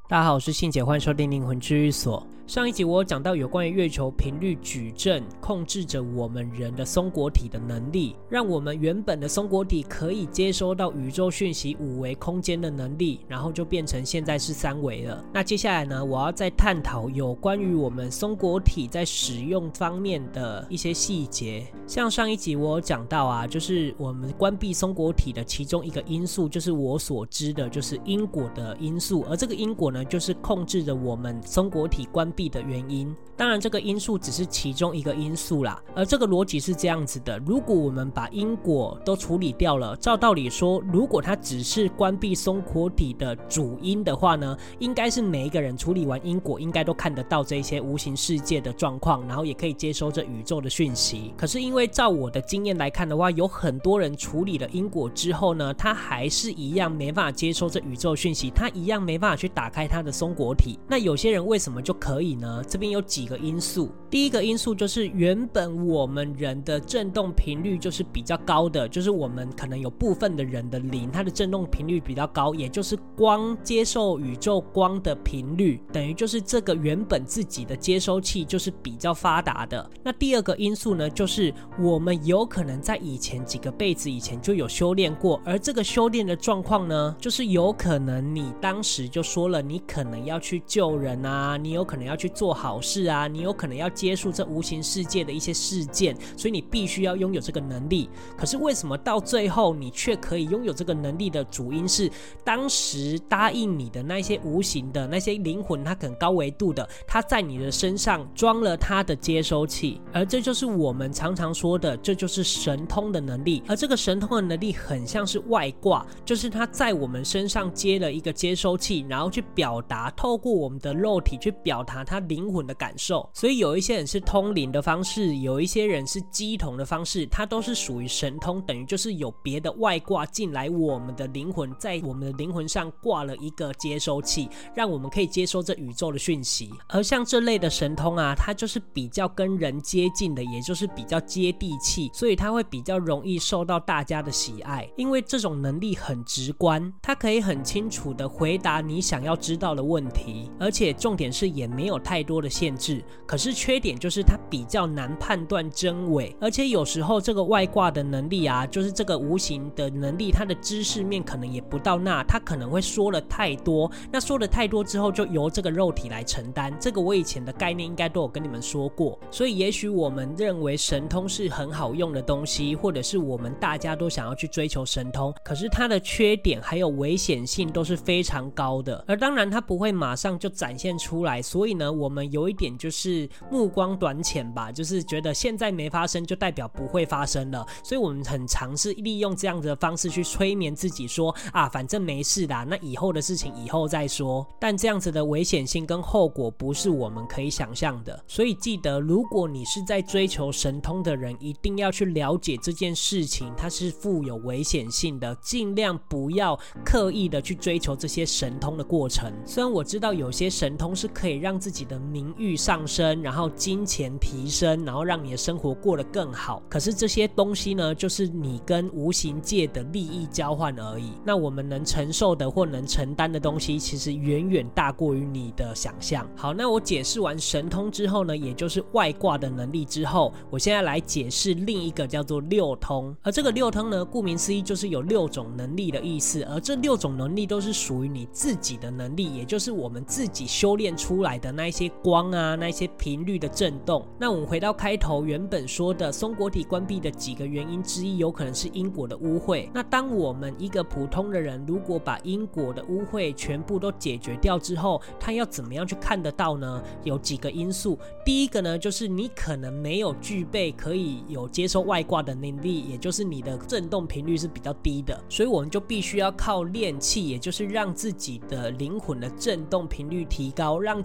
大家好，我是信姐，欢迎收听灵魂治愈所。上一集我有讲到有关于月球频率矩阵控制着我们人的松果体的能力，让我们原本的松果体可以接收到宇宙讯息5维空间的能力，然后就变成现在是3维了。那接下来呢，我要再探讨有关于我们松果体在使用方面的一些细节。像上一集我有讲到啊，就是我们关闭松果体的其中一个因素，就是我所知的就是因果的因素，而这个因果呢，就是控制着我们松果体关闭的原因。当然这个因素只是其中一个因素啦，而这个逻辑是这样子的，如果我们把因果都处理掉了，照道理说如果它只是关闭松果体的主因的话呢，应该是每一个人处理完因果应该都看得到这些无形世界的状况，然后也可以接收这宇宙的讯息。可是因为照我的经验来看的话，有很多人处理了因果之后呢，他还是一样没办法接收这宇宙讯息，他一样没办法去打开他的松果体。那有些人为什么就可以呢？这边有几个因素。第一个因素就是原本我们人的振动频率就是比较高的，就是我们可能有部分的人的灵，它的振动频率比较高，也就是光接受宇宙光的频率，等于就是这个原本自己的接收器就是比较发达的。那第二个因素呢，就是我们有可能在以前几个辈子以前就有修炼过，而这个修炼的状况呢，就是有可能你当时就说了你可能要去救人啊，你有可能要去做好事啊，你有可能要接触这无形世界的一些事件，所以你必须要拥有这个能力。可是为什么到最后你却可以拥有这个能力的主因是当时答应你的那些无形的那些灵魂，它很高维度的，它在你的身上装了它的接收器，而这就是我们常常说的，这就是神通的能力。而这个神通的能力很像是外挂，就是它在我们身上接了一个接收器，然后去表达，透过我们的肉体去表达它灵魂的感受。所以有一些人是通灵的方式，有一些人是乩童的方式，它都是属于神通，等于就是有别的外挂进来我们的灵魂，在我们的灵魂上挂了一个接收器，让我们可以接收这宇宙的讯息。而像这类的神通啊，它就是比较跟人接近的，也就是比较接地气，所以它会比较容易受到大家的喜爱，因为这种能力很直观，它可以很清楚的回答你想要知道的问题，而且重点是也没有太多的限制。可是缺点就是它比较难判断真伪，而且有时候这个外挂的能力啊，就是这个无形的能力，它的知识面可能也不到那，它可能会说了太多，那说了太多之后就由这个肉体来承担，这个我以前的概念应该都有跟你们说过。所以也许我们认为神通是很好用的东西，或者是我们大家都想要去追求神通，可是它的缺点还有危险性都是非常高的，而当然它不会马上就展现出来，所以呢我们有一点就是目光短浅吧，就是觉得现在没发生就代表不会发生了，所以我们很尝试利用这样子的方式去催眠自己说啊，反正没事啦，那以后的事情以后再说。但这样子的危险性跟后果不是我们可以想象的，所以记得如果你是在追求神通的人，一定要去了解这件事情它是富有危险性的，尽量不要刻意的去追求这些神通的过程。虽然我知道有些神通是可以让自己的名誉上升，然后金钱提升，然后让你的生活过得更好，可是这些东西呢，就是你跟无形界的利益交换而已。那我们能承受的或能承担的东西，其实远远大过于你的想象。好，那我解释完神通之后呢，也就是外挂的能力之后，我现在来解释另一个叫做六通。而这个六通呢，顾名思义就是有6种能力的意思，而这6种能力都是属于你自己的能力，也就是我们自己修炼出来的那一些光啊，那一些频率的震动。那我们回到开头原本说的松果体关闭的几个原因之一，有可能是因果的污秽。那当我们一个普通的人如果把因果的污秽全部都解决掉之后，他要怎么样去看得到呢？有几个因素。第一个呢，就是你可能没有具备可以有接收外挂的能力，也就是你的振动频率是比较低的，所以我们就必须要靠练气，也就是让自己的灵魂的振动频率提高，让自己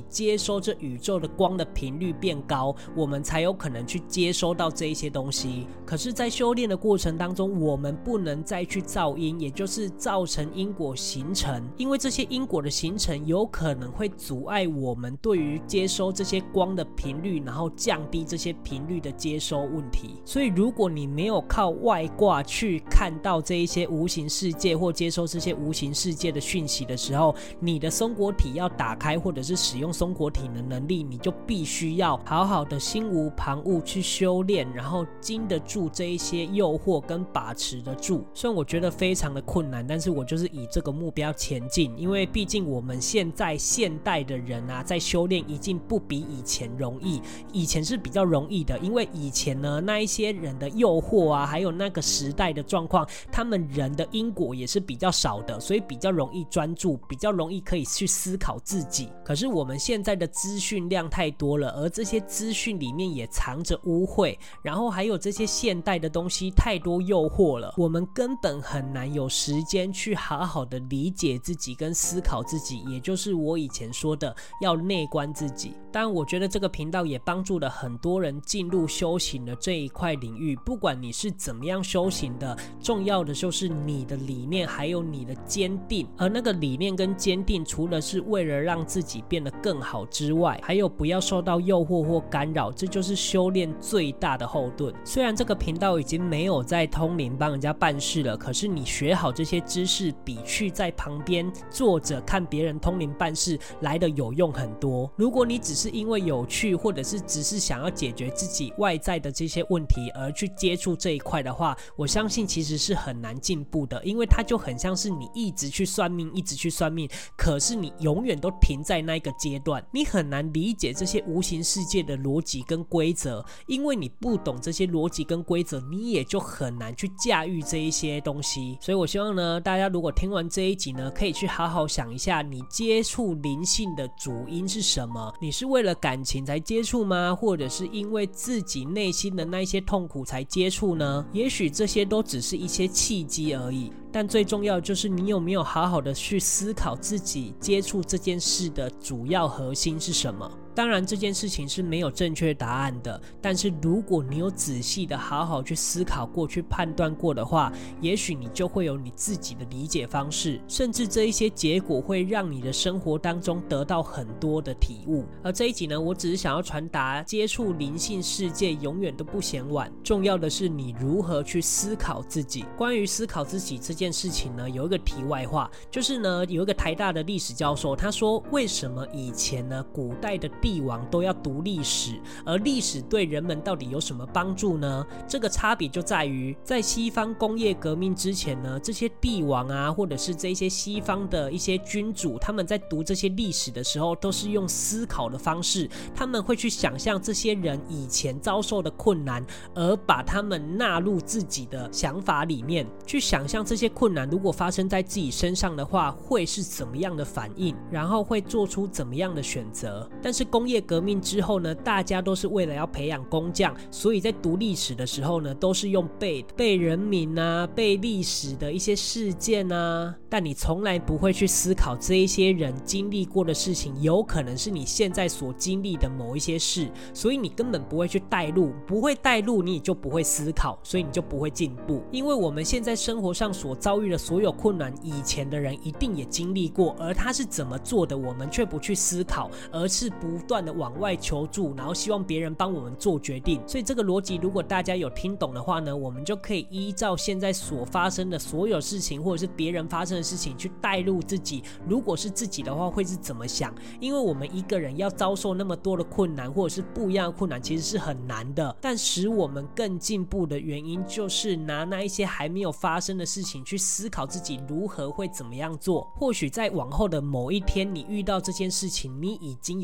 接收这宇宙的光的频率变高，我们才有可能去接收到这一些东西。可是在修炼的过程当中，我们不能再去造因，也就是造成因果形成，因为这些因果的形成有可能会阻碍我们对于接收这些光的频率，然后降低这些频率的接收问题。所以如果你没有靠外挂去看到这一些无形世界或接收这些无形世界的讯息的时候，你的松果体要打开或者是使用松果体的能力，你就必须要好好的心无旁骛去修炼，然后经得住这一些诱惑跟把持得住。虽然我觉得非常的困难，但是我就是以这个目标前进，因为毕竟我们现代的人啊，在修炼已经不比以前容易。以前是比较容易的，因为以前呢那一些人的诱惑啊，还有那个时代的状况，他们人的因果也是比较少的，所以比较容易专注，比较容易可以去思考自己。可是我们现在的资讯量太多了，而这些资讯里面也藏着污秽，然后还有这些现代的东西太多诱惑了，我们根本很难有时间去好好的理解自己跟思考自己，也就是我以前说的要内观自己。当然我觉得这个频道也帮助了很多人进入修行的这一块领域，不管你是怎么样修行的，重要的就是你的理念还有你的坚定。而那个理念跟坚定，除了是为了让自己变得更好之外，还有不要受到诱惑或干扰，这就是修炼最大的后盾。虽然这个频道已经没有在通灵帮人家办事了，可是你学好这些知识，比去在旁边坐着看别人通灵办事来的有用很多。如果你只是因为有趣，或者是只是想要解决自己外在的这些问题而去接触这一块的话，我相信其实是很难进步的，因为它就很像是你一直去算命，一直去算命，可是你永远都停在那个阶段，你很难理解这些无形世界的逻辑跟规则，因为你不懂这些逻辑跟规则，你也就很难去驾驭这一些东西。所以我希望呢，大家如果听完这一集呢，可以去好好想一下，你接触灵性的主因是什么？你是为了感情才接触吗？或者是因为自己内心的那一些痛苦才接触呢？也许这些都只是一些契机而已，但最重要的就是你有没有好好的去思考自己接触这件事的主要核心是什么。当然这件事情是没有正确答案的，但是如果你有仔细的好好去思考过，去判断过的话，也许你就会有你自己的理解方式，甚至这一些结果会让你的生活当中得到很多的体悟。而这一集呢，我只是想要传达，接触灵性世界永远都不嫌晚，重要的是你如何去思考自己。关于思考自己这件事情呢，有一个题外话，就是呢，有一个台大的历史教授，他说为什么以前呢，古代的帝王都要读历史，而历史对人们到底有什么帮助呢？这个差别就在于，在西方工业革命之前呢，这些帝王啊，或者是这些西方的一些君主，他们在读这些历史的时候，都是用思考的方式，他们会去想象这些人以前遭受的困难，而把他们纳入自己的想法里面，去想象这些困难如果发生在自己身上的话，会是怎么样的反应，然后会做出怎么样的选择。但是工业革命之后呢，大家都是为了要培养工匠，所以在读历史的时候呢，都是用背人名啊，背历史的一些事件啊，但你从来不会去思考这一些人经历过的事情，有可能是你现在所经历的某一些事，所以你根本不会去带入，不会带入，你就不会思考，所以你就不会进步。因为我们现在生活上所遭遇的所有困难，以前的人一定也经历过，而他是怎么做的，我们却不去思考，而是不断的往外求助，然后希望别人帮我们做决定。所以这个逻辑如果大家有听懂的话呢，我们就可以依照现在所发生的所有事情，或者是别人发生的事情去带入自己，如果是自己的话会是怎么想。因为我们一个人要遭受那么多的困难，或者是不一样的困难，其实是很难的，但使我们更进步的原因，就是拿那一些还没有发生的事情去思考自己如何会怎么样做。或许在往后的某一天，你遇到这件事情，你已经有带入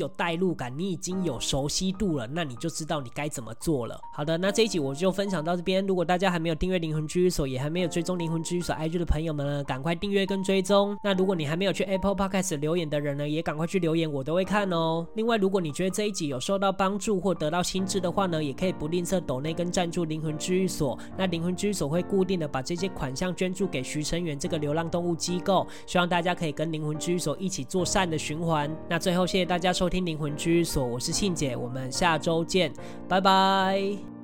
路感，你已经有熟悉度了，那你就知道你该怎么做了。好的，那这一集我就分享到这边。如果大家还没有订阅灵魂居所，也还没有追踪灵魂居所 IG 的朋友们呢，赶快订阅跟追踪。那如果你还没有去 Apple Podcast 留言的人呢，也赶快去留言，我都会看哦。另外，如果你觉得这一集有受到帮助或得到新知的话呢，也可以不吝啬抖内跟赞助灵魂居所。那灵魂居所会固定的把这些款项捐助给徐成远这个流浪动物机构，希望大家可以跟灵魂居所一起做善的循环。那最后谢谢大家收听灵魂居所，我是庆姐，我们下周见，拜拜。